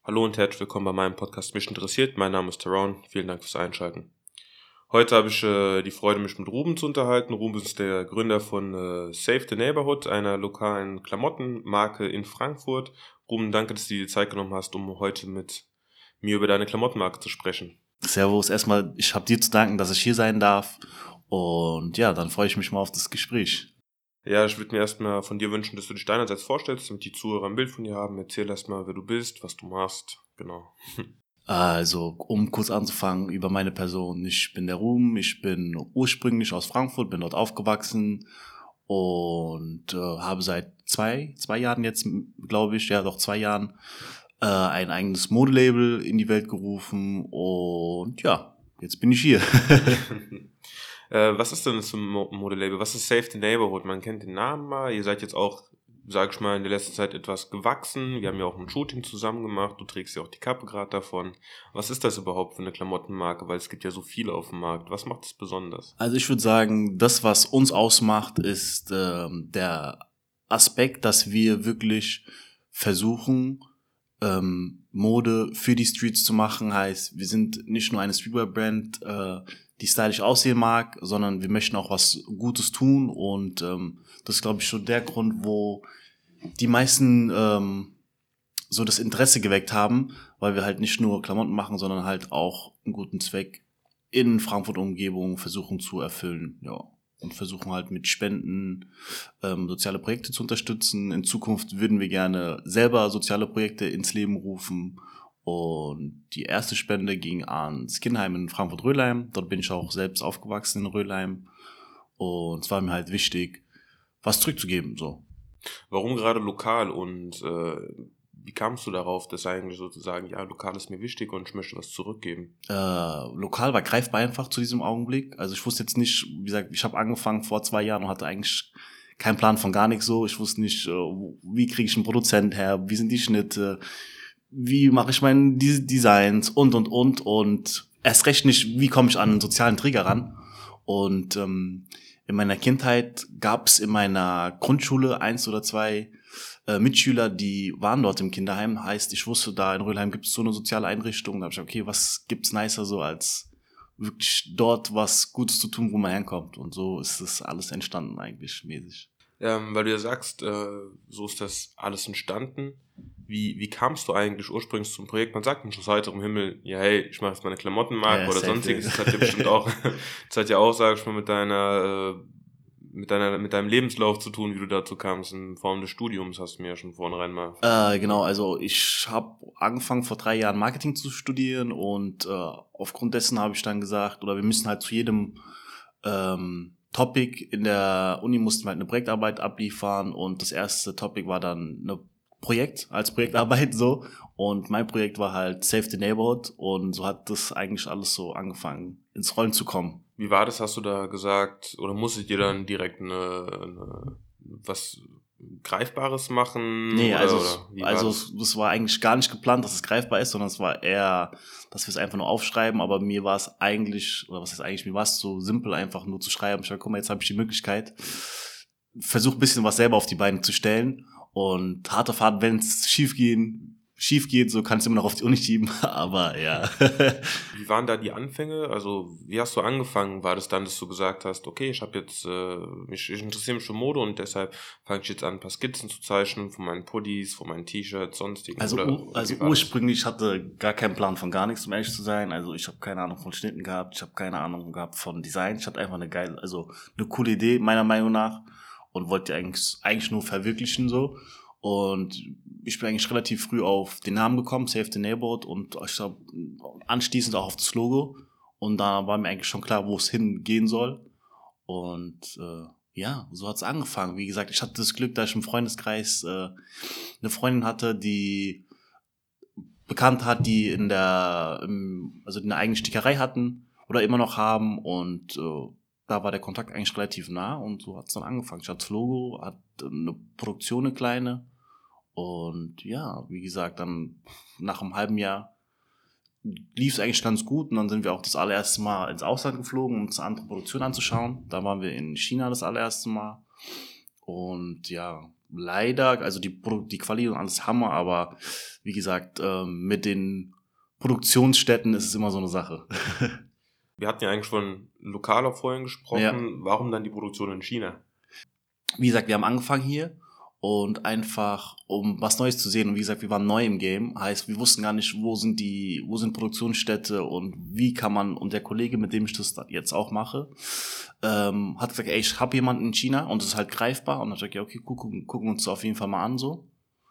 Hallo und herzlich willkommen bei meinem Podcast Mich interessiert. Mein Name ist Teron. Vielen Dank fürs Einschalten. Heute habe ich die Freude, mich mit Ruben zu unterhalten. Ruben ist der Gründer von Save the Neighborhood, einer lokalen Klamottenmarke in Frankfurt. Ruben, danke, dass du dir die Zeit genommen hast, um heute mit mir über deine Klamottenmarke zu sprechen. Servus, erstmal, ich habe dir zu danken, dass ich hier sein darf. Und ja, dann freue ich mich mal auf das Gespräch. Ja, ich würde mir erstmal von dir wünschen, dass du dich deinerseits vorstellst, damit die Zuhörer ein Bild von dir haben. Erzähl erstmal, wer du bist, was du machst. Genau. Also, um kurz anzufangen, über meine Person. Ich bin der Ruben, ich bin ursprünglich aus Frankfurt, bin dort aufgewachsen und habe seit zwei Jahren jetzt, glaube ich, ja doch 2 Jahren, ein eigenes Modelabel in die Welt gerufen und ja, jetzt bin ich hier. Was ist denn das für ein Modelabel? Was ist Save the Neighborhood? Man kennt den Namen mal. Ihr seid jetzt auch, sag ich mal, in der letzten Zeit etwas gewachsen. Wir haben ja auch ein Shooting zusammen gemacht. Du trägst ja auch die Kappe gerade davon. Was ist das überhaupt für eine Klamottenmarke? Weil es gibt ja so viele auf dem Markt. Was macht es besonders? Also ich würde sagen, das, was uns ausmacht, ist der Aspekt, dass wir wirklich versuchen, Mode für die Streets zu machen. Heißt, wir sind nicht nur eine Streetwear-Brand, die stylisch aussehen mag, sondern wir möchten auch was Gutes tun. Und das ist, glaube ich, schon der Grund, wo die meisten so das Interesse geweckt haben, weil wir halt nicht nur Klamotten machen, sondern halt auch einen guten Zweck in Frankfurt-Umgebung versuchen zu erfüllen, ja. Und versuchen halt mit Spenden soziale Projekte zu unterstützen. In Zukunft würden wir gerne selber soziale Projekte ins Leben rufen. Und die erste Spende ging an Skinheim in Frankfurt-Röhlheim. Dort bin ich auch selbst aufgewachsen in Röhlheim. Und es war mir halt wichtig, was zurückzugeben, so. Warum gerade lokal und wie kamst du darauf, dass eigentlich sozusagen, ja, lokal ist mir wichtig und ich möchte was zurückgeben? Lokal war greifbar einfach zu diesem Augenblick. Also ich wusste jetzt nicht, wie gesagt, ich habe angefangen vor 2 Jahren und hatte eigentlich keinen Plan von gar nichts so. Ich wusste nicht, wie kriege ich einen Produzent her, wie sind die Schnitte, wie mache ich meine Designs und erst recht nicht, wie komme ich an einen sozialen Trigger ran. Und in meiner Kindheit gab es in meiner Grundschule 1 oder 2 Mitschüler, die waren dort im Kinderheim. Heißt, ich wusste, da in Röhlheim gibt es so eine soziale Einrichtung. Da habe ich gesagt, okay, was gibt's nicer so, als wirklich dort was Gutes zu tun, wo man herkommt. Und so ist das alles entstanden eigentlich mäßig. Weil du ja sagst, so ist das alles entstanden. Wie kamst du eigentlich ursprünglich zum Projekt? Man sagt nicht aus heiterem Himmel, ja hey, ich mache jetzt meine Klamottenmarke oder sonstiges. Das hat ja bestimmt auch, das hat ja auch, sag ich mal, mit deinem Lebenslauf zu tun, wie du dazu kamst, in Form des Studiums, hast du mir ja schon vornherein mal. Genau, also ich habe angefangen vor 3 Jahren Marketing zu studieren und aufgrund dessen habe ich dann gesagt, oder wir müssen halt zu jedem Topic in der Uni mussten wir halt eine Projektarbeit abliefern und das erste Topic war dann eine Projektarbeit so, und mein Projekt war halt Save the Neighborhood, und so hat das eigentlich alles so angefangen ins Rollen zu kommen. Wie war das? Hast du da gesagt, oder musstet ihr dann direkt was Greifbares machen? Nee, Oder wie war das? das war eigentlich gar nicht geplant, dass es greifbar ist, sondern es war eher, dass wir es einfach nur aufschreiben, aber mir war es eigentlich, oder was heißt eigentlich, mir war es so simpel, einfach nur zu schreiben. Ich dachte, guck mal, jetzt habe ich die Möglichkeit, versuch ein bisschen was selber auf die Beine zu stellen, und harte Fahrt, wenn es schief geht, so kannst du immer noch auf die Uni schieben, aber ja. Wie waren da die Anfänge? Also, wie hast du angefangen? War das dann, dass du gesagt hast, okay, ich habe jetzt, ich interessiere mich für Mode und deshalb fange ich jetzt an, ein paar Skizzen zu zeichnen von meinen Pullis, von meinen T-Shirts, sonstigen? Also Wie war ursprünglich hatte gar keinen Plan von gar nichts, um ehrlich zu sein. Also ich habe keine Ahnung von Schnitten gehabt, ich habe keine Ahnung gehabt von Design. Ich hatte einfach eine coole Idee meiner Meinung nach, und wollte die eigentlich nur verwirklichen so. Und ich bin eigentlich relativ früh auf den Namen gekommen, Save the Neighborhood, und ich glaube anschließend auch auf das Logo. Und da war mir eigentlich schon klar, wo es hingehen soll. Und ja, so hat's angefangen. Wie gesagt, ich hatte das Glück, dass ich im Freundeskreis eine Freundin hatte, die bekannt hat, die also die eine eigene Stickerei hatten oder immer noch haben, und da war der Kontakt eigentlich relativ nah, und so hat's dann angefangen. Ich hatte das Logo, hatte eine Produktion, eine kleine, und ja, wie gesagt, dann nach einem halben Jahr lief es eigentlich ganz gut, und dann sind wir auch das allererste Mal ins Ausland geflogen, um uns eine andere Produktion anzuschauen. Da waren wir in China das allererste Mal, und ja, leider, also die Quali und alles Hammer, aber wie gesagt, mit den Produktionsstätten ist es immer so eine Sache. Wir hatten ja eigentlich von lokaler vorhin gesprochen. Ja. Warum dann die Produktion in China? Wie gesagt, wir haben angefangen hier und einfach, um was Neues zu sehen. Und wie gesagt, wir waren neu im Game. Heißt, wir wussten gar nicht, wo sind Produktionsstätte und wie kann man, und der Kollege, mit dem ich das jetzt auch mache, hat gesagt, ey, ich habe jemanden in China und das ist halt greifbar. Und dann hat ich gesagt, ja, okay, gucken wir uns das auf jeden Fall mal an, so.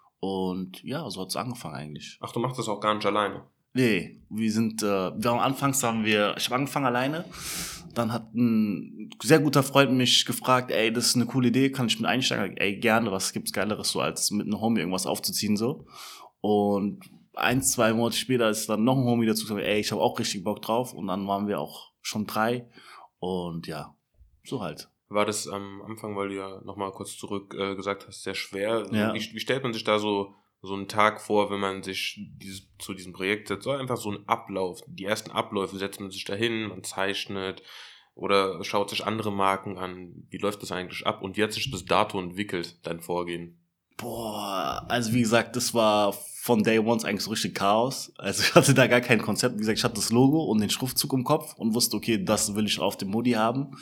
Und ja, so hat es angefangen eigentlich. Ach, du machst das auch gar nicht alleine? Nee, ich habe angefangen alleine. Dann hat ein sehr guter Freund mich gefragt, ey, das ist eine coole Idee, kann ich mit einsteigen? Ey, gerne, was gibt's Geileres, so als mit einem Homie irgendwas aufzuziehen, so. Und 1-2 Monate später ist dann noch ein Homie dazu gesagt, ey, ich habe auch richtig Bock drauf. Und dann waren wir auch schon 3. Und ja, so halt. War das am Anfang, weil du ja nochmal kurz zurück gesagt hast, sehr schwer? Ja. Wie stellt man sich da so einen Tag vor, wenn man sich zu diesem Projekt setzt? So einfach so ein Ablauf. Die ersten Abläufe setzt man sich dahin, man zeichnet oder schaut sich andere Marken an. Wie läuft das eigentlich ab? Und wie hat sich bis dato entwickelt, dein Vorgehen? Boah, also wie gesagt, das war von Day One eigentlich so richtig Chaos. Also ich hatte da gar kein Konzept. Wie gesagt, ich hatte das Logo und den Schriftzug im Kopf und wusste, okay, das will ich auf dem Hoodie haben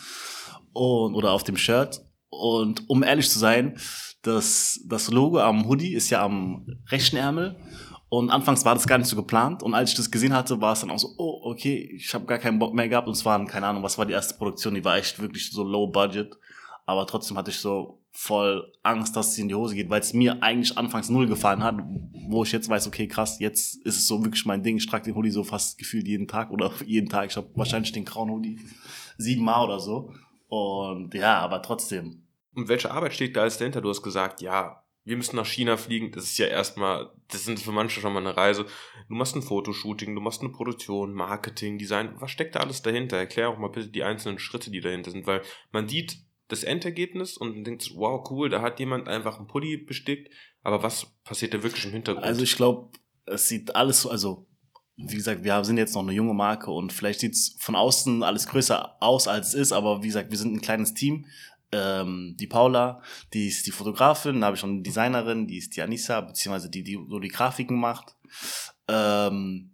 oder auf dem Shirt. Und um ehrlich zu sein, das Logo am Hoodie ist ja am rechten Ärmel und anfangs war das gar nicht so geplant und als ich das gesehen hatte, war es dann auch so, oh, okay, ich habe gar keinen Bock mehr gehabt und es waren, keine Ahnung, was war die erste Produktion, die war echt wirklich so low budget, aber trotzdem hatte ich so voll Angst, dass sie in die Hose geht, weil es mir eigentlich anfangs null gefallen hat, wo ich jetzt weiß, okay, krass, jetzt ist es so wirklich mein Ding, ich trage den Hoodie so fast gefühlt jeden Tag, ich habe wahrscheinlich den grauen Hoodie 7 Mal oder so und ja, aber trotzdem. Und welche Arbeit steht da alles dahinter? Du hast gesagt, ja, wir müssen nach China fliegen. Das ist ja erstmal, das sind für manche schon mal eine Reise. Du machst ein Fotoshooting, du machst eine Produktion, Marketing, Design. Was steckt da alles dahinter? Erklär auch mal bitte die einzelnen Schritte, die dahinter sind, weil man sieht das Endergebnis und denkt, wow, cool, da hat jemand einfach einen Pulli bestickt. Aber was passiert da wirklich im Hintergrund? Also ich glaube, es sieht alles so, also wie gesagt, wir sind jetzt noch eine junge Marke und vielleicht sieht es von außen alles größer aus, als es ist, aber wie gesagt, wir sind ein kleines Team. Die Paula, die ist die Fotografin, dann habe ich schon eine Designerin, die ist die Anissa, beziehungsweise die so die Grafiken macht, oder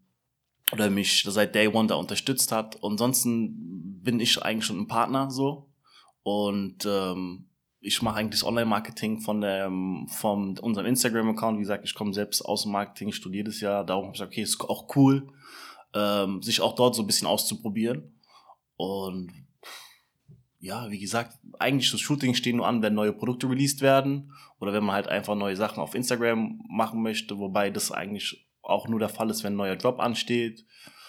mich seit Day One da unterstützt hat. Und ansonsten bin ich eigentlich schon ein Partner so und ich mache eigentlich das Online-Marketing von unserem Instagram-Account. Wie gesagt, ich komme selbst aus dem Marketing, ich studiere das Jahr, darum habe ich gesagt, okay, ist auch cool, sich auch dort so ein bisschen auszuprobieren. Und ja, wie gesagt, eigentlich das Shooting stehen nur an, wenn neue Produkte released werden oder wenn man halt einfach neue Sachen auf Instagram machen möchte, wobei das eigentlich auch nur der Fall ist, wenn ein neuer Drop ansteht.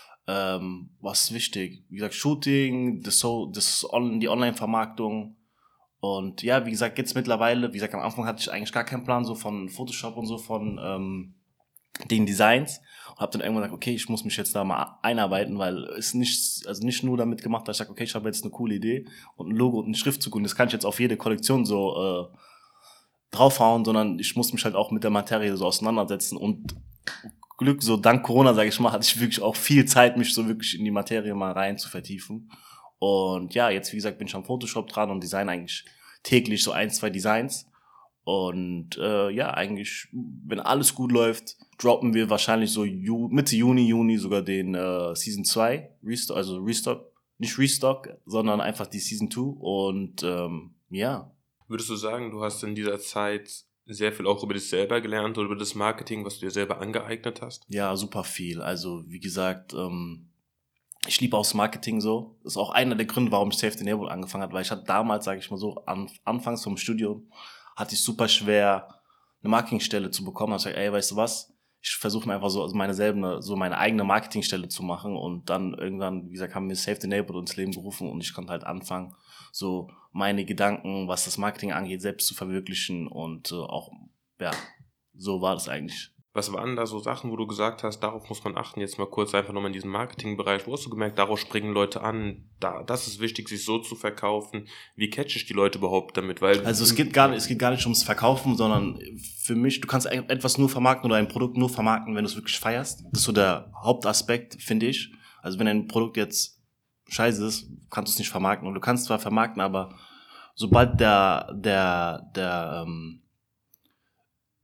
Was ist wichtig? Wie gesagt, Shooting, die Online-Vermarktung und ja, wie gesagt, jetzt mittlerweile, wie gesagt, am Anfang hatte ich eigentlich gar keinen Plan so von Photoshop und so von den Designs und habe dann irgendwann gesagt, okay, ich muss mich jetzt da mal einarbeiten, weil es nicht nur damit gemacht, dass ich sage, okay, ich habe jetzt eine coole Idee und ein Logo und einen Schriftzug und das kann ich jetzt auf jede Kollektion so draufhauen, sondern ich muss mich halt auch mit der Materie so auseinandersetzen und Glück, so dank Corona, sage ich mal, hatte ich wirklich auch viel Zeit, mich so wirklich in die Materie mal rein zu vertiefen. Und ja, jetzt wie gesagt bin ich am Photoshop dran und design eigentlich täglich so 1-2 Designs. Und ja, eigentlich, wenn alles gut läuft, droppen wir wahrscheinlich so Mitte Juni sogar den Season 2 Restock, nicht Restock, sondern einfach die Season 2 und ja. Würdest du sagen, du hast in dieser Zeit sehr viel auch über dich selber gelernt oder über das Marketing, was du dir selber angeeignet hast? Ja, super viel. Also wie gesagt, ich liebe auch das Marketing so. Das ist auch einer der Gründe, warum ich Save the Neighborhood angefangen habe, weil ich hatte damals, sage ich mal so, anfangs vom Studium, hatte ich super schwer, eine Marketingstelle zu bekommen. Da habe ich gesagt, ey, weißt du was? Ich versuche mir einfach so meine eigene Marketingstelle zu machen und dann irgendwann, wie gesagt, haben wir Save the Neighborhood ins Leben gerufen und ich konnte halt anfangen, so meine Gedanken, was das Marketing angeht, selbst zu verwirklichen und auch, ja, so war das eigentlich. Was waren da so Sachen, wo du gesagt hast, darauf muss man achten, jetzt mal kurz einfach nochmal in diesem Marketingbereich, wo hast du gemerkt, darauf springen Leute an, das ist wichtig, sich so zu verkaufen, wie catch ich die Leute überhaupt damit? Weil also es geht gar nicht ums Verkaufen, sondern für mich, du kannst etwas nur vermarkten oder ein Produkt nur vermarkten, wenn du es wirklich feierst. Das ist so der Hauptaspekt, finde ich. Also wenn ein Produkt jetzt scheiße ist, kannst du es nicht vermarkten. Und du kannst zwar vermarkten, aber sobald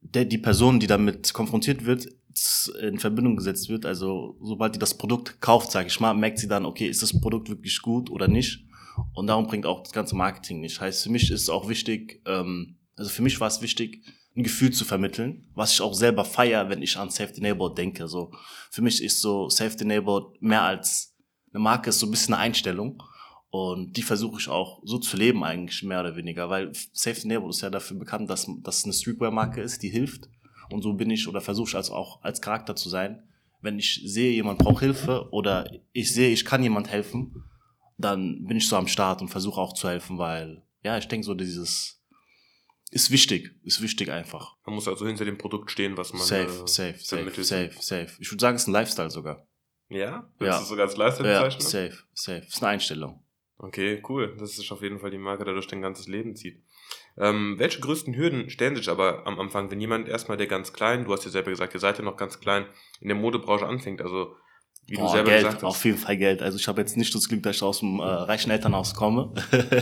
die Person, die damit konfrontiert wird, in Verbindung gesetzt wird, also sobald die das Produkt kauft, sage ich mal, merkt sie dann, okay, ist das Produkt wirklich gut oder nicht? Und darum bringt auch das ganze Marketing nicht. Heißt, für mich ist es auch wichtig, also für mich war es wichtig, ein Gefühl zu vermitteln, was ich auch selber feiere, wenn ich an Save the Neighborhood denke. So, für mich ist so Save the Neighborhood mehr als eine Marke, ist so ein bisschen eine Einstellung. Und die versuche ich auch so zu leben eigentlich, mehr oder weniger, weil Save the Neighborhood ist ja dafür bekannt, dass das eine Streetwear-Marke ist, die hilft. Und so bin ich oder versuche ich also auch als Charakter zu sein. Wenn ich sehe, jemand braucht Hilfe oder ich sehe, ich kann jemand helfen, dann bin ich so am Start und versuche auch zu helfen, weil, ja, ich denke so dieses ist wichtig einfach. Man muss also hinter dem Produkt stehen, was man safe. Ich würde sagen, es ist ein Lifestyle sogar. Ja? Würdest du es sogar als Lifestyle bezeichnen? Safe. Es ist eine Einstellung. Okay, cool. Das ist auf jeden Fall die Marke, die durch dein ganzes Leben zieht. Welche größten Hürden stellen sich aber am Anfang, wenn jemand erstmal, der ganz klein, du hast ja selber gesagt, ihr seid ja noch ganz klein, in der Modebranche anfängt, also wie du selber Geld, gesagt hast. Auf jeden Fall Geld. Also ich habe jetzt nicht das Glück, dass ich aus dem reichen Elternhaus komme.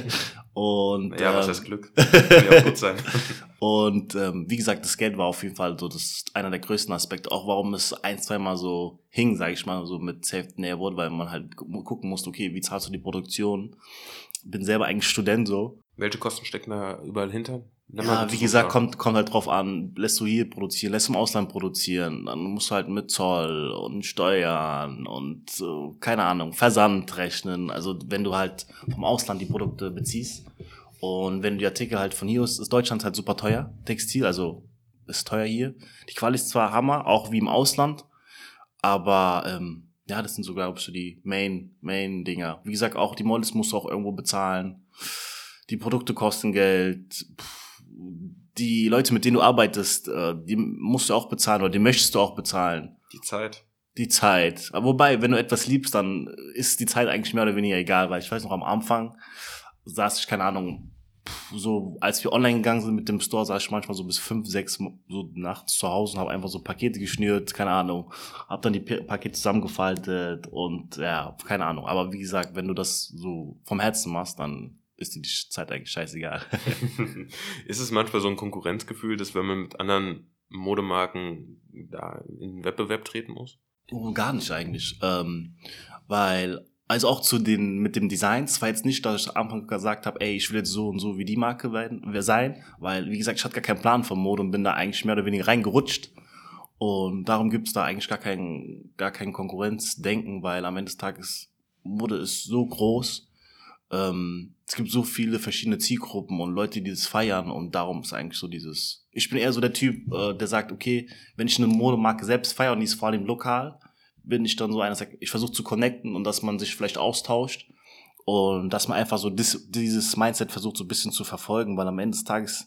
Und ja, was heißt Glück? Kann ja auch gut sein. Und wie gesagt, das Geld war auf jeden Fall so einer der größten Aspekte. Auch warum es 1-2 Mal so hing, sage ich mal, so mit Save the Neighborhood, weil man halt gucken musste, okay, wie zahlst du die Produktion? Bin selber eigentlich Student so. Welche Kosten stecken da überall hinter? Ja, wie gesagt, kommt halt drauf an, lässt du hier produzieren, lässt du im Ausland produzieren, dann musst du halt mit Zoll und Steuern und keine Ahnung, Versand rechnen, also wenn du halt vom Ausland die Produkte beziehst und wenn du die Artikel halt von hier aus, ist Deutschland halt super teuer, Textil, also ist teuer hier, die Quali ist zwar Hammer, auch wie im Ausland, aber ja, das sind so, glaube ich, so die Main-Dinger. Wie gesagt, auch die Models musst du auch irgendwo bezahlen, die Produkte kosten Geld, die Leute, mit denen du arbeitest, die musst du auch bezahlen oder die möchtest du auch bezahlen. Die Zeit. Aber wobei, wenn du etwas liebst, dann ist die Zeit eigentlich mehr oder weniger egal, weil ich weiß noch, am Anfang saß ich, keine Ahnung, so als wir online gegangen sind mit dem Store, saß ich manchmal so bis 5, 6 so nachts zu Hause und habe einfach so Pakete geschnürt, keine Ahnung, habe dann die Pakete zusammengefaltet und ja, keine Ahnung. Aber wie gesagt, wenn du das so vom Herzen machst, dann ist die Zeit eigentlich scheißegal. Ist es manchmal so ein Konkurrenzgefühl, dass wenn man mit anderen Modemarken da in den Wettbewerb treten muss? Oh, gar nicht eigentlich. Weil, also auch mit dem Design, es war jetzt nicht, dass ich am Anfang gesagt habe, ey, ich will jetzt so und so wie die Marke sein, weil, wie gesagt, ich hatte gar keinen Plan von Mode und bin da eigentlich mehr oder weniger reingerutscht. Und darum gibt's da eigentlich gar kein Konkurrenzdenken, weil am Ende des Tages Mode ist so groß. Es gibt so viele verschiedene Zielgruppen und Leute, die das feiern und darum ist eigentlich so ich bin eher so der Typ, der sagt, okay, wenn ich eine Modemarke selbst feiere und die ist vor allem lokal, bin ich dann so einer, der sagt, ich versuche zu connecten und dass man sich vielleicht austauscht und dass man einfach so dieses Mindset versucht so ein bisschen zu verfolgen, weil am Ende des Tages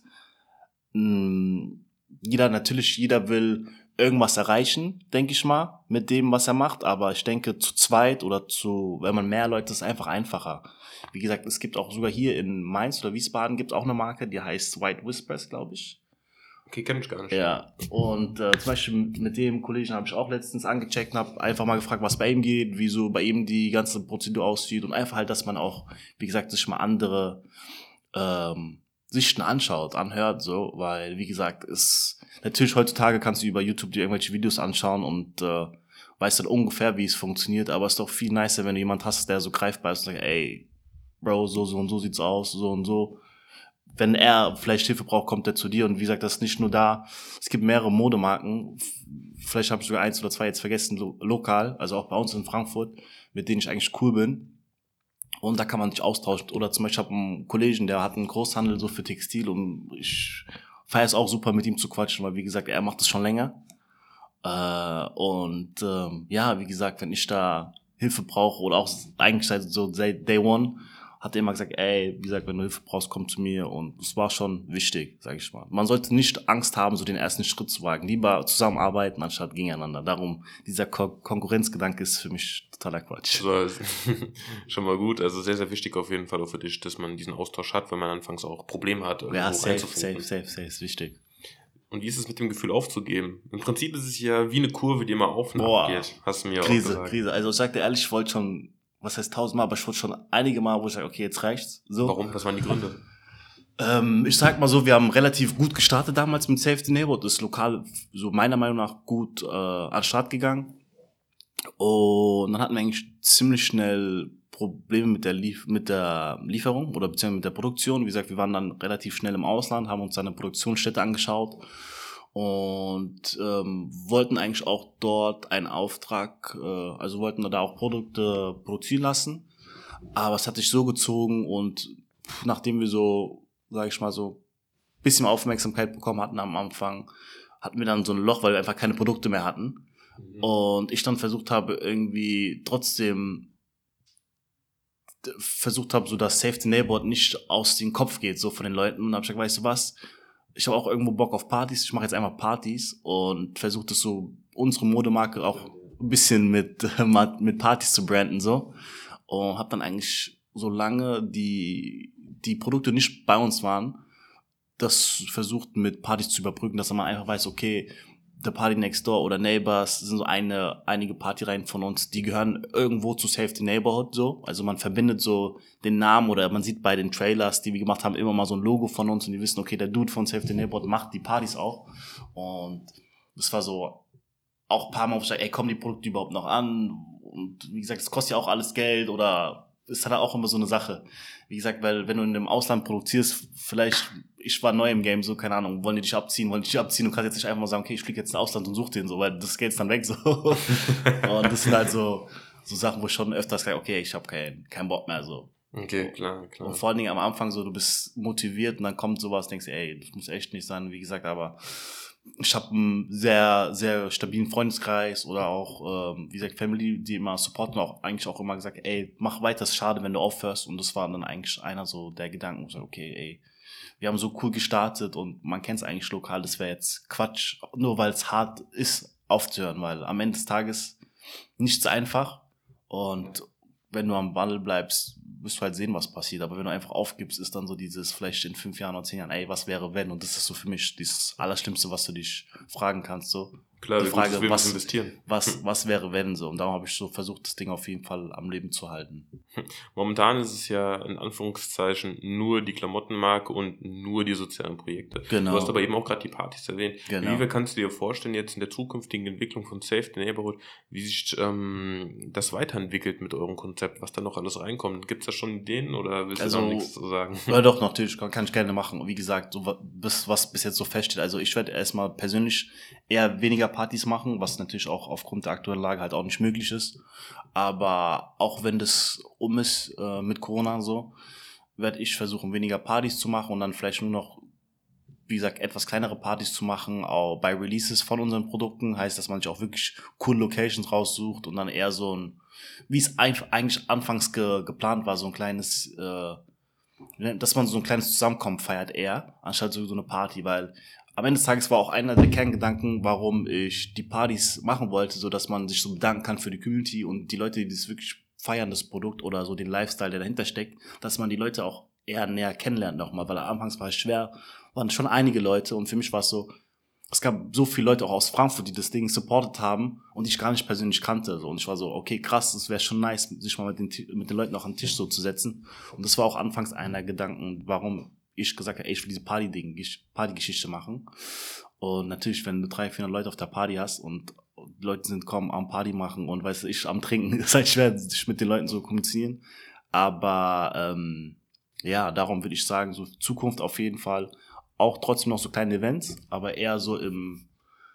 jeder will irgendwas erreichen, denke ich mal, mit dem, was er macht, aber ich denke, zu zweit oder wenn man mehr Leute, ist es einfach einfacher. Wie gesagt, es gibt auch sogar hier in Mainz oder Wiesbaden gibt es auch eine Marke, die heißt White Whispers, glaube ich. Okay, kenn ich gar nicht. Ja, und zum Beispiel mit dem Kollegen habe ich auch letztens angecheckt und habe einfach mal gefragt, was bei ihm geht, wie so bei ihm die ganze Prozedur aussieht und einfach halt, dass man auch, wie gesagt, sich mal andere Sichten anhört, so, weil, wie gesagt, natürlich heutzutage kannst du über YouTube dir irgendwelche Videos anschauen und weißt dann ungefähr, wie es funktioniert, aber es ist doch viel nicer, wenn du jemand hast, der so greifbar ist und sagt, ey, Bro, so und so sieht's aus, so und so. Wenn er vielleicht Hilfe braucht, kommt er zu dir und wie gesagt, das ist nicht nur da, es gibt mehrere Modemarken, vielleicht habe ich sogar 1 oder 2 jetzt vergessen, lokal, also auch bei uns in Frankfurt, mit denen ich eigentlich cool bin. Und da kann man sich austauschen. Oder zum Beispiel, ich habe einen Kollegen, der hat einen Großhandel so für Textil und ich feiere es auch super, mit ihm zu quatschen, weil wie gesagt, er macht das schon länger. Ja, wie gesagt, wenn ich da Hilfe brauche oder auch eigentlich seit Day One, hat er immer gesagt, ey, wie gesagt, wenn du Hilfe brauchst, komm zu mir und es war schon wichtig, sag ich mal. Man sollte nicht Angst haben, so den ersten Schritt zu wagen. Lieber zusammenarbeiten, anstatt gegeneinander. Darum, dieser Konkurrenzgedanke ist für mich totaler Quatsch. So, schon mal gut. Also sehr, sehr wichtig auf jeden Fall auch für dich, dass man diesen Austausch hat, wenn man anfangs auch Probleme hat. Ja, safe, ist wichtig. Und wie ist es mit dem Gefühl aufzugeben? Im Prinzip ist es ja wie eine Kurve, die immer auf und ab geht. Hast du mir auch gesagt. Krise. Also ich sag dir ehrlich, ich wollte schon, was heißt 1000-mal, aber ich wollte schon einige Mal, wo ich sage, okay, jetzt reicht's. So. Warum? Was waren die Gründe? Ich sag mal so, wir haben relativ gut gestartet damals mit Save the Neighborhood. Das ist lokal, so meiner Meinung nach, gut an den Start gegangen. Und dann hatten wir eigentlich ziemlich schnell Probleme mit der Lieferung oder beziehungsweise mit der Produktion. Wie gesagt, wir waren dann relativ schnell im Ausland, haben uns eine Produktionsstätte angeschaut und wollten eigentlich auch dort einen Auftrag, also wollten da auch Produkte produzieren lassen. Aber es hat sich so gezogen und nachdem wir so, sag ich mal, so ein bisschen Aufmerksamkeit bekommen hatten am Anfang, hatten wir dann so ein Loch, weil wir einfach keine Produkte mehr hatten. Und ich dann versucht habe, irgendwie trotzdem so dass Save the Neighborhood nicht aus dem Kopf geht, so von den Leuten. Und dann habe ich gesagt, weißt du was, ich habe auch irgendwo Bock auf Partys, ich mache jetzt einfach Partys und versuche das so, unsere Modemarke auch ein bisschen mit Partys zu branden, so. Und habe dann eigentlich, solange die Produkte nicht bei uns waren, das versucht mit Partys zu überbrücken, dass man einfach weiß, okay, The Party Next Door oder Neighbors sind so einige Partyreihen von uns, die gehören irgendwo zu Save the Neighborhood, so. Also man verbindet so den Namen oder man sieht bei den Trailers, die wir gemacht haben, immer mal so ein Logo von uns und die wissen, okay, der Dude von Save the Neighborhood macht die Partys auch. Und das war so auch ein paar Mal, wo ich sage, ey, kommen die Produkte überhaupt noch an? Und wie gesagt, es kostet ja auch alles Geld oder ist halt auch immer so eine Sache. Wie gesagt, weil wenn du in dem Ausland produzierst, vielleicht, ich war neu im Game, so, keine Ahnung, wollen die dich abziehen, du kannst jetzt nicht einfach mal sagen, okay, ich fliege jetzt ins Ausland und such den, so, weil das Geld ist dann weg, so. Und das sind halt so Sachen, wo ich schon öfters sage, okay, ich habe keinen Bock mehr, so. Okay, klar. Und vor allen Dingen am Anfang so, du bist motiviert und dann kommt sowas, denkst du, ey, das muss echt nicht sein, wie gesagt, aber ich habe einen sehr, sehr stabilen Freundeskreis oder auch, wie gesagt, Family, die immer supporten, auch eigentlich auch immer gesagt, ey, mach weiter, ist schade, wenn du aufhörst. Und das war dann eigentlich einer so der Gedanken, wo ich sage, okay, ey, wir haben so cool gestartet und man kennt es eigentlich lokal, das wäre jetzt Quatsch, nur weil es hart ist, aufzuhören, weil am Ende des Tages nichts einfach und wenn du am Ball bleibst, wirst du halt sehen, was passiert. Aber wenn du einfach aufgibst, ist dann so dieses, vielleicht in 5 Jahren oder 10 Jahren, ey, was wäre wenn? Und das ist so für mich das Allerschlimmste, was du dich fragen kannst, so. Klar, die Frage, was investieren. Was wäre wenn, so. Und darum habe ich so versucht, das Ding auf jeden Fall am Leben zu halten. Momentan ist es ja in Anführungszeichen nur die Klamottenmarke und nur die sozialen Projekte. Genau. Du hast aber eben auch gerade die Partys erwähnt. Genau. Wie viel kannst du dir vorstellen, jetzt in der zukünftigen Entwicklung von Save the Neighborhood, wie sich das weiterentwickelt mit eurem Konzept, was da noch alles reinkommt? Gibt es da schon Ideen oder willst du da nichts zu sagen? Ja, doch, natürlich, kann ich gerne machen. Wie gesagt, so was bis jetzt so feststeht. Also ich werde erstmal persönlich eher weniger Partys machen, was natürlich auch aufgrund der aktuellen Lage halt auch nicht möglich ist. Aber auch wenn das ist mit Corona so, werde ich versuchen, weniger Partys zu machen und dann vielleicht nur noch, wie gesagt, etwas kleinere Partys zu machen, auch bei Releases von unseren Produkten. Heißt, dass man sich auch wirklich coole Locations raussucht und dann eher so ein, wie es eigentlich anfangs geplant war, so ein kleines, dass man so ein kleines Zusammenkommen feiert eher, anstatt so eine Party, weil am Ende des Tages war auch einer der Kerngedanken, warum ich die Partys machen wollte, so dass man sich so bedanken kann für die Community und die Leute, die das wirklich feiern, das Produkt oder so den Lifestyle, der dahinter steckt, dass man die Leute auch eher näher kennenlernt nochmal, weil anfangs war es schwer, waren schon einige Leute und für mich war es so, es gab so viele Leute auch aus Frankfurt, die das Ding supportet haben und ich gar nicht persönlich kannte. Und ich war so, okay, krass, das wäre schon nice, sich mal mit den Leuten auch an den Tisch so zu setzen. Und das war auch anfangs einer der Gedanken, warum ich gesagt habe, ey, ich will diese Partygeschichte machen. Und natürlich, wenn du 300-400 Leute auf der Party hast und die Leute sind kaum am Party machen und weiß ich, am Trinken, ist halt schwer, sich mit den Leuten so kommunizieren. Aber ja, darum würde ich sagen, so Zukunft auf jeden Fall. Auch trotzdem noch so kleine Events, aber eher so im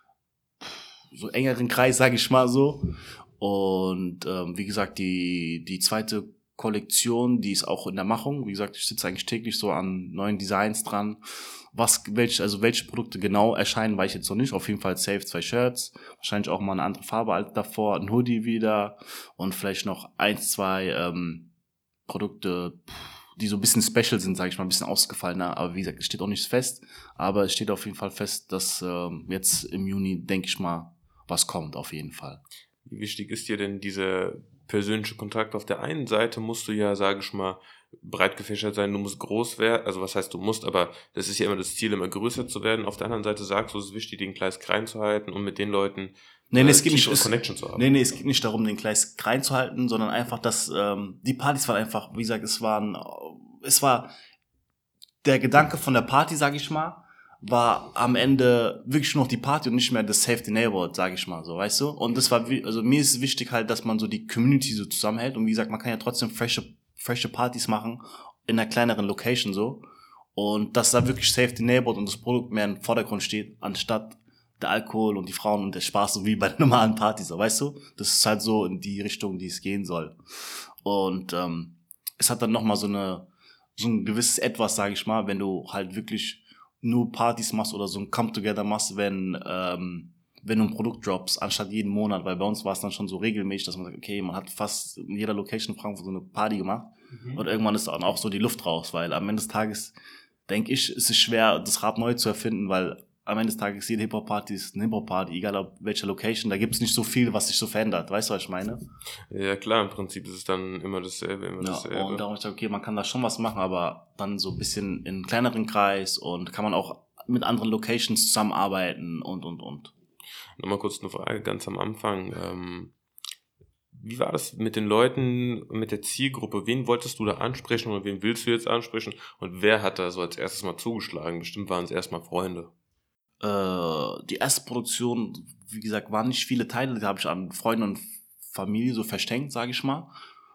so engeren Kreis, sage ich mal so. Und wie gesagt, die zweite Kollektion, die ist auch in der Machung. Wie gesagt, ich sitze eigentlich täglich so an neuen Designs dran. Welche Produkte genau erscheinen, weiß ich jetzt noch nicht. Auf jeden Fall safe 2 Shirts, wahrscheinlich auch mal eine andere Farbe als davor, ein Hoodie wieder und vielleicht noch 1, 2 Produkte, die so ein bisschen special sind, sage ich mal, ein bisschen ausgefallener. Aber wie gesagt, es steht auch nichts fest. Aber es steht auf jeden Fall fest, dass jetzt im Juni, denke ich mal, was kommt auf jeden Fall. Wie wichtig ist dir denn dieser persönliche Kontakt? Auf der einen Seite musst du ja, sage ich mal, breit gefächert sein, du musst groß werden, also was heißt du musst, aber das ist ja immer das Ziel, immer größer zu werden. Auf der anderen Seite sagst du, es ist wichtig, den Kreis klein zu halten und mit den Leuten es geht nicht, Connection zu haben. Es geht nicht darum, den Kreis klein zu halten, sondern einfach, dass die Partys waren einfach, wie gesagt, es war der Gedanke von der Party, sag ich mal, war am Ende wirklich nur noch die Party und nicht mehr das Save the Neighborhood, sag ich mal so, weißt du? Und das war, also mir ist es wichtig halt, dass man so die Community so zusammenhält und wie gesagt, man kann ja trotzdem frische Partys machen in einer kleineren Location so und dass da wirklich Save the Neighborhood und das Produkt mehr im Vordergrund steht, anstatt der Alkohol und die Frauen und der Spaß, so wie bei normalen Partys, so, weißt du? Das ist halt so in die Richtung, die es gehen soll. Und es hat dann nochmal so ein gewisses Etwas, sage ich mal, wenn du halt wirklich nur Partys machst oder so ein Come-Together machst, wenn du ein Produkt droppst, anstatt jeden Monat, weil bei uns war es dann schon so regelmäßig, dass man sagt, okay, man hat fast in jeder Location in Frankfurt so eine Party gemacht und irgendwann ist dann auch so die Luft raus, weil am Ende des Tages, denke ich, ist es schwer, das Rad neu zu erfinden, weil am Ende des Tages jede Hip-Hop-Party ist eine Hip-Hop-Party, egal auf welcher Location, da gibt es nicht so viel, was sich so verändert, weißt du, was ich meine? Ja klar, im Prinzip ist es dann immer dasselbe, Und darum habe ich gesagt, okay, man kann da schon was machen, aber dann so ein bisschen in kleineren Kreis und kann man auch mit anderen Locations zusammenarbeiten und. Nochmal kurz eine Frage ganz am Anfang. Wie war das mit den Leuten, mit der Zielgruppe? Wen wolltest du da ansprechen oder wen willst du jetzt ansprechen? Und wer hat da so als erstes mal zugeschlagen? Bestimmt waren es erstmal Freunde. Die erste Produktion, wie gesagt, waren nicht viele Teile, die habe ich an Freunde und Familie so verschenkt, sage ich mal.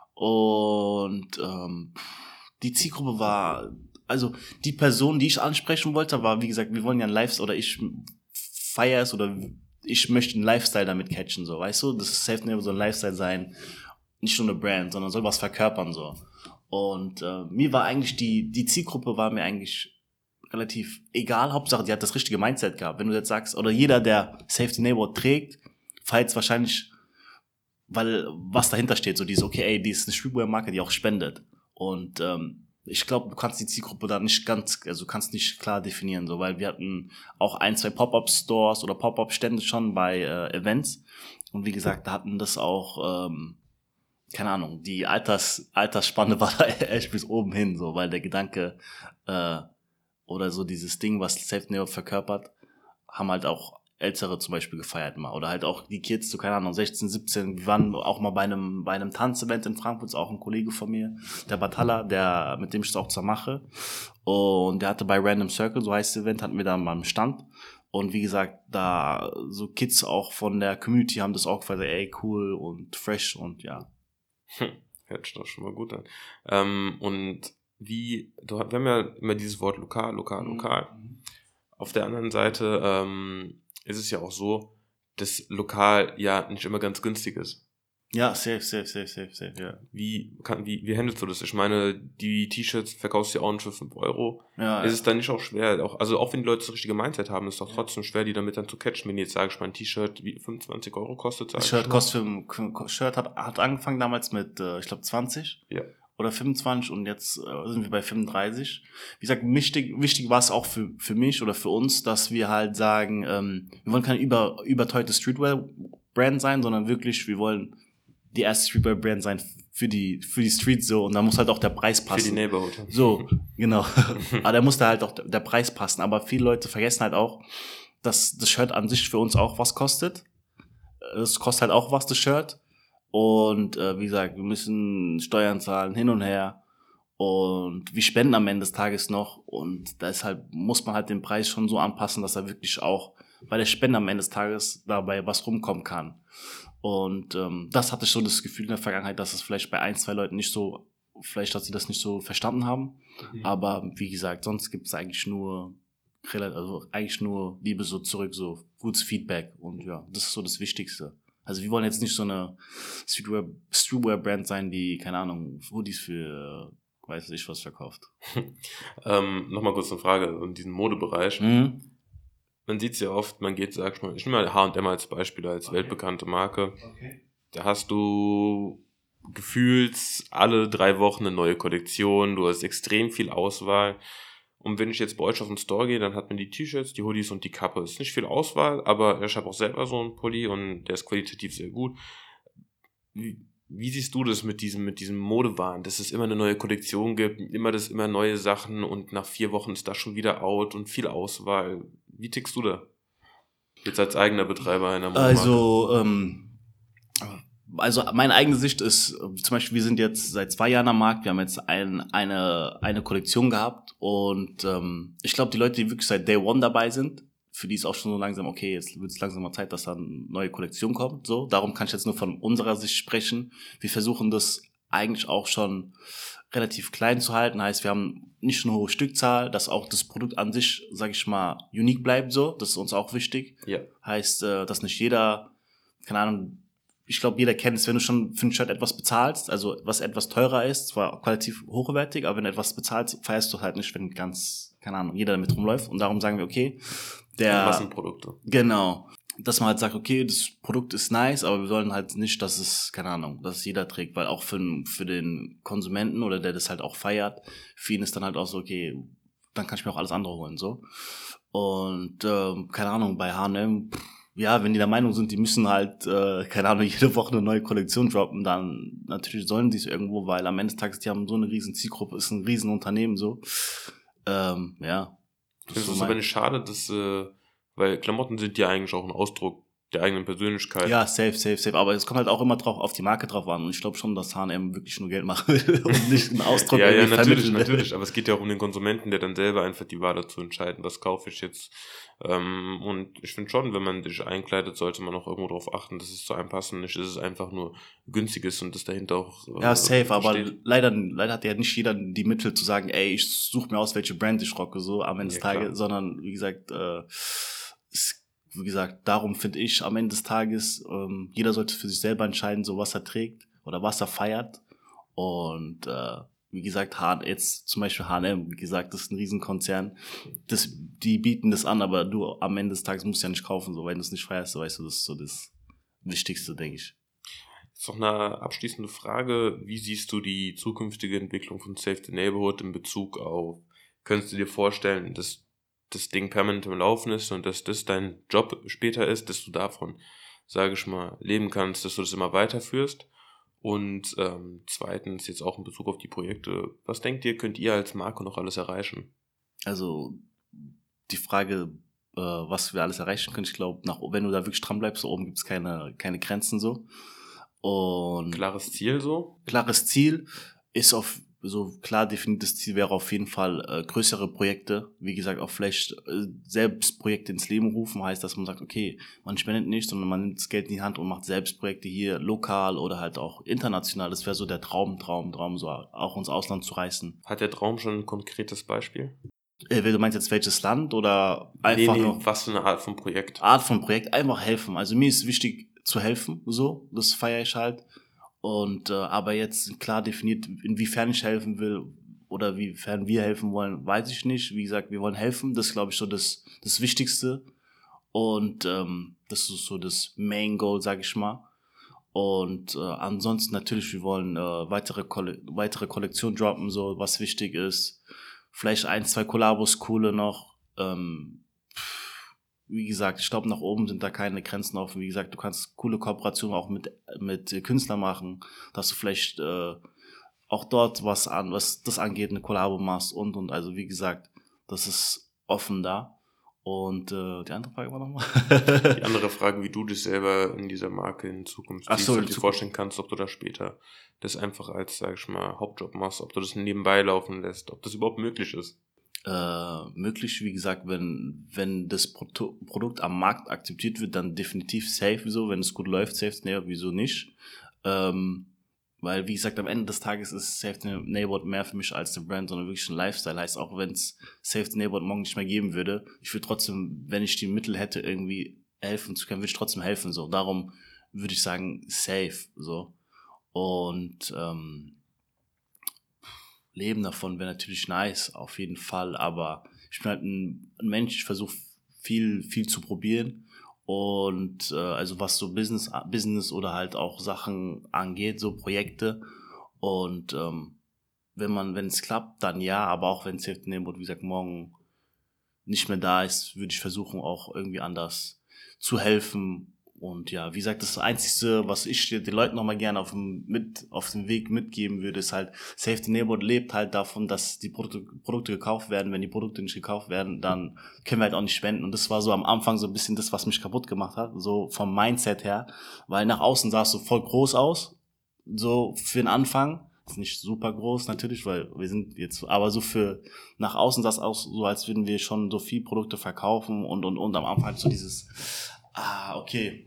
Und die Zielgruppe war, also die Person, die ich ansprechen wollte, war, wie gesagt, wir wollen ja ein Lifestyle, oder ich feiere es, oder ich möchte einen Lifestyle damit catchen, so, weißt du? Das Safe Never so ein Lifestyle sein, nicht nur eine Brand, sondern soll was verkörpern, so. Und mir war eigentlich die Zielgruppe war mir eigentlich relativ egal. Hauptsache, die hat das richtige Mindset gehabt. Wenn du jetzt sagst, oder jeder, der Save the Neighborhood trägt, feiert es wahrscheinlich, weil was dahinter steht, so dieses, okay, ey, die ist eine Streetwear-Marke, die auch spendet. Und ich glaube, du kannst die Zielgruppe da nicht kannst nicht klar definieren, so, weil wir hatten auch 1, 2 Pop-Up-Stores oder Pop-Up-Stände schon bei Events. Und wie gesagt, da hatten das auch, keine Ahnung, die Altersspanne war da echt bis oben hin, so, weil der Gedanke, oder so dieses Ding, was Save the Neighborhood verkörpert, haben halt auch Ältere zum Beispiel gefeiert mal. Oder halt auch die Kids, so keine Ahnung, 16, 17. Wir waren auch mal bei einem Tanzevent in Frankfurt, ist auch ein Kollege von mir, der Batalla, mit dem ich es auch zusammen mache. Und der hatte bei Random Circle, so heißt das Event, hatten wir da mal einen Stand. Und wie gesagt, da so Kids auch von der Community haben das auch gefeiert, ey, cool und fresh und ja. Hört sich doch schon mal gut an. Und wir haben ja immer dieses Wort lokal. Auf der anderen Seite ist es ja auch so, dass lokal ja nicht immer ganz günstig ist. Ja, safe, ja. Wie handelst du das? Ich meine, die T-Shirts verkaufst du ja auch nicht für 5 Euro. Ja, ist es dann nicht auch schwer, auch wenn die Leute das richtige Mindset haben, ist es doch trotzdem schwer, die damit dann zu catchen, wenn die jetzt sagen, ich mein T-Shirt wie 25 Euro kostet. Das Shirt hat angefangen damals mit, ich glaube 20. Ja. Oder 25 und jetzt sind wir bei 35. Wie gesagt, wichtig war es auch für mich oder für uns, dass wir halt sagen, wir wollen keine überteuerte Streetwear-Brand sein, sondern wirklich, wir wollen die erste Streetwear-Brand sein für die Street so und da muss halt auch der Preis passen. Für die Neighborhood. So, genau. Aber da muss da halt auch der Preis passen. Aber viele Leute vergessen halt auch, dass das Shirt an sich für uns auch was kostet. Es kostet halt auch was, das Shirt. Und wie gesagt, wir müssen Steuern zahlen, hin und her. Und wir spenden am Ende des Tages noch. Und deshalb muss man halt den Preis schon so anpassen, dass er wirklich auch bei der Spende am Ende des Tages dabei was rumkommen kann. Und das hatte ich so das Gefühl in der Vergangenheit, dass es vielleicht bei 1, 2 Leuten nicht so, vielleicht, dass sie das nicht so verstanden haben. Mhm. Aber wie gesagt, sonst gibt es eigentlich nur Liebe so zurück, so gutes Feedback. Und ja, das ist so das Wichtigste. Also wir wollen jetzt nicht so eine Streetwear-Brand sein, die, keine Ahnung, Hoodies für weiß ich was verkauft. Nochmal kurz eine Frage in diesem Modebereich. Mhm. Man sieht es ja oft, ich nehme mal H&M als Beispiel, als weltbekannte Marke. Okay. Da hast du gefühlt alle 3 Wochen eine neue Kollektion, du hast extrem viel Auswahl. Und wenn ich jetzt bei euch auf den Store gehe, dann hat man die T-Shirts, die Hoodies und die Kappe. Ist nicht viel Auswahl, aber ich habe auch selber so einen Pulli und der ist qualitativ sehr gut. Wie siehst du das mit diesem Modewahn, dass es immer eine neue Kollektion gibt, immer neue Sachen und nach 4 Wochen ist das schon wieder out und viel Auswahl? Wie tickst du da? Jetzt als eigener Betreiber einer Modemarke. Also, Also meine eigene Sicht ist, zum Beispiel, wir sind jetzt seit 2 Jahren am Markt, wir haben jetzt eine Kollektion gehabt und ich glaube, die Leute, die wirklich seit Day One dabei sind, für die ist auch schon so langsam, okay, jetzt wird es langsam mal Zeit, dass da eine neue Kollektion kommt. So, darum kann ich jetzt nur von unserer Sicht sprechen. Wir versuchen das eigentlich auch schon relativ klein zu halten. Heißt, wir haben nicht eine hohe Stückzahl, dass auch das Produkt an sich, sage ich mal, unique bleibt so. Das ist uns auch wichtig. Ja. Heißt, dass nicht jeder, keine Ahnung, ich glaube, jeder kennt es, wenn du schon für ein Shirt etwas bezahlst, also was etwas teurer ist, zwar qualitativ hochwertig, aber wenn du etwas bezahlst, feierst du halt nicht, wenn ganz, keine Ahnung, jeder damit rumläuft. Und darum sagen wir, okay, Massenprodukte. Genau. Dass man halt sagt, okay, das Produkt ist nice, aber wir wollen halt nicht, dass es, keine Ahnung, dass es jeder trägt, weil auch für den Konsumenten oder der das halt auch feiert, für ihn ist dann halt auch so, okay, dann kann ich mir auch alles andere holen, so. Und, keine Ahnung, bei H&M, ja, wenn die der Meinung sind, die müssen halt, keine Ahnung, jede Woche eine neue Kollektion droppen, dann natürlich sollen die es irgendwo, weil am Ende des Tages, die haben so eine riesen Zielgruppe, ist ein riesen Unternehmen, so. Ja. Das ist aber nicht schade, dass, weil Klamotten sind ja eigentlich auch ein Ausdruck der eigenen Persönlichkeit. Ja, safe. Aber es kommt halt auch immer auf die Marke drauf an. Und ich glaube schon, dass H&M wirklich nur Geld machen will und nicht einen Ausdruck ja, natürlich. Aber es geht ja auch um den Konsumenten, der dann selber einfach die Wahl dazu entscheiden, was kaufe ich jetzt. Und ich finde schon, wenn man sich einkleidet, sollte man auch irgendwo darauf achten, dass es zu einem passt und nicht, dass es einfach nur günstig ist und dass dahinter auch ja, safe, aber steht. leider hat ja nicht jeder die Mittel zu sagen, ey, ich suche mir aus, welche Brand ich rocke, so am Ende des Tages, sondern wie gesagt, darum finde ich am Ende des Tages, jeder sollte für sich selber entscheiden, so was er trägt oder was er feiert. Und wie gesagt, jetzt zum Beispiel H&M, wie gesagt, das ist ein Riesenkonzern. Die bieten das an, aber du am Ende des Tages musst ja nicht kaufen. So, wenn du es nicht feierst, so, weißt du, das ist so das Wichtigste, denke ich. Jetzt noch eine abschließende Frage. Wie siehst du die zukünftige Entwicklung von Save the Neighborhood in Bezug auf, könntest du dir vorstellen, dass das Ding permanent im Laufen ist und dass das dein Job später ist, dass du davon, sage ich mal, leben kannst, dass du das immer weiterführst? Und zweitens, jetzt auch in Bezug auf die Projekte, was denkt ihr, könnt ihr als Marke noch alles erreichen? Also die Frage, was wir alles erreichen können, ich glaube, wenn du da wirklich dran bleibst, da oben gibt es keine Grenzen so. Und klares Ziel so? Klares Ziel ist so klar definiertes Ziel wäre auf jeden Fall größere Projekte, wie gesagt, auch vielleicht selbst Projekte ins Leben rufen, heißt, dass man sagt, okay, man spendet nicht, sondern man nimmt das Geld in die Hand und macht selbst Projekte hier lokal oder halt auch international. Das wäre so der Traum, so auch ins Ausland zu reisen. Hat der Traum schon ein konkretes Beispiel? Du meinst jetzt welches Land oder einfach nur was für eine Art von Projekt? Einfach helfen. Also mir ist wichtig zu helfen, so, das feiere ich halt. Und aber jetzt klar definiert, inwiefern ich helfen will oder wiefern wir helfen wollen, weiß ich nicht. Wie gesagt, wir wollen helfen. Das ist, glaube ich, so das Wichtigste. Und das ist so das Main Goal, sage ich mal. Und ansonsten natürlich, wir wollen weitere Kollektionen droppen, so was wichtig ist. Vielleicht 1, 2 Kollabos, coole noch. Wie gesagt, ich glaube, nach oben sind da keine Grenzen offen. Wie gesagt, du kannst coole Kooperationen auch mit Künstlern machen, dass du vielleicht auch dort was das angeht, eine Kollabo machst und. Also wie gesagt, das ist offen da. Und die andere Frage war nochmal? Die andere Frage, wie du dich selber in dieser Marke in Zukunft siehst, ob du dir vorstellen kannst, ob du da später das einfach als, sag ich mal, Hauptjob machst, ob du das nebenbei laufen lässt, ob das überhaupt möglich ist. Möglich, wie gesagt, wenn das Produkt am Markt akzeptiert wird, dann definitiv safe so, wenn es gut läuft, safe the Neighborhood, wieso nicht? Weil, wie gesagt, am Ende des Tages ist Save the Neighborhood mehr für mich als eine Brand, sondern wirklich ein Lifestyle. Heißt, auch wenn es Save the Neighborhood morgen nicht mehr geben würde, ich würde trotzdem, wenn ich die Mittel hätte, irgendwie helfen zu können, würde ich trotzdem helfen, so. Darum würde ich sagen, safe, so. Und, Leben davon wäre natürlich nice, auf jeden Fall, aber ich bin halt ein Mensch, ich versuche viel zu probieren und also was so Business oder halt auch Sachen angeht, so Projekte und wenn es klappt, dann ja, aber auch wenn Save the Neighborhood, wie gesagt, morgen nicht mehr da ist, würde ich versuchen auch irgendwie anders zu helfen Und ja, wie gesagt, das Einzige, was ich den Leuten nochmal gerne auf dem Weg mitgeben würde, ist halt, Save the Neighborhood lebt halt davon, dass die Produkte gekauft werden. Wenn die Produkte nicht gekauft werden, dann können wir halt auch nicht spenden. Und das war so am Anfang so ein bisschen das, was mich kaputt gemacht hat, so vom Mindset her. Weil nach außen sah es so voll groß aus, so für den Anfang. Ist nicht super groß natürlich, weil wir sind jetzt, aber so für nach außen sah es aus so, als würden wir schon so viel Produkte verkaufen und am Anfang halt so dieses, okay,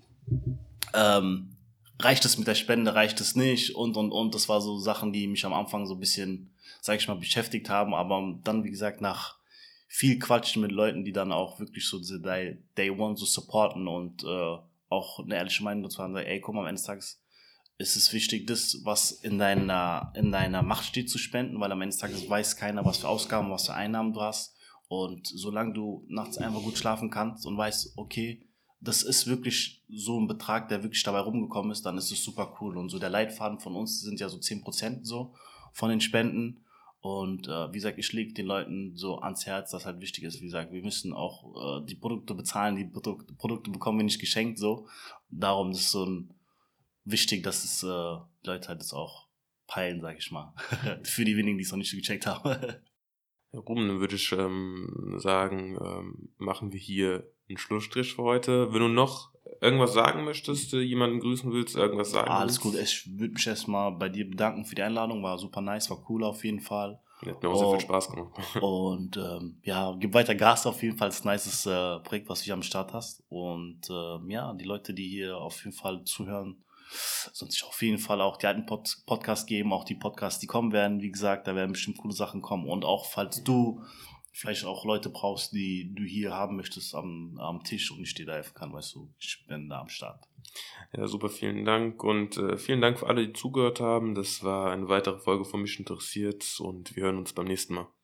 reicht es mit der Spende, reicht es nicht und das war so Sachen, die mich am Anfang so ein bisschen, sag ich mal, beschäftigt haben, aber dann, wie gesagt, nach viel Quatschen mit Leuten, die dann auch wirklich so diese Day One so supporten und auch eine ehrliche Meinung dazu haben, sagen, ey, guck mal, am Ende des Tages ist es wichtig, das, was in deiner Macht steht, zu spenden, weil am Ende des Tages weiß keiner, was für Ausgaben, was für Einnahmen du hast. Und solange du nachts einfach gut schlafen kannst und weißt, okay, das ist wirklich so ein Betrag, der wirklich dabei rumgekommen ist, dann ist es super cool. Und so der Leitfaden von uns sind ja so 10% so von den Spenden. Und wie gesagt, ich lege den Leuten so ans Herz, dass halt wichtig ist, wie gesagt, wir müssen auch die Produkte bezahlen, die Produkte bekommen wir nicht geschenkt, so. Darum ist es so wichtig, dass es Leute halt das auch peilen, sag ich mal. Für die wenigen, die es noch nicht gecheckt haben. Ja, Ruben, dann würde ich sagen, machen wir hier einen Schlussstrich für heute. Wenn du noch irgendwas sagen möchtest, jemanden grüßen willst, irgendwas sagen Alles willst? gut, ich würde mich erstmal bei dir bedanken für die Einladung, war super nice, war cool auf jeden Fall. Hat mir auch sehr viel Spaß gemacht. Und ja, gib weiter Gas auf jeden Fall, das ist ein nices Projekt, was du hier am Start hast. Und ja, die Leute, die hier auf jeden Fall zuhören, sollen sich auf jeden Fall auch die alten Podcasts geben, auch die Podcasts, die kommen werden. Wie gesagt, da werden bestimmt coole Sachen kommen. Und auch, falls du vielleicht auch Leute brauchst, die du hier haben möchtest am Tisch und ich dir da helfen kann, weißt du, ich bin da am Start. Ja, super, vielen Dank und vielen Dank für alle, die zugehört haben. Das war eine weitere Folge von Mich interessiert und wir hören uns beim nächsten Mal.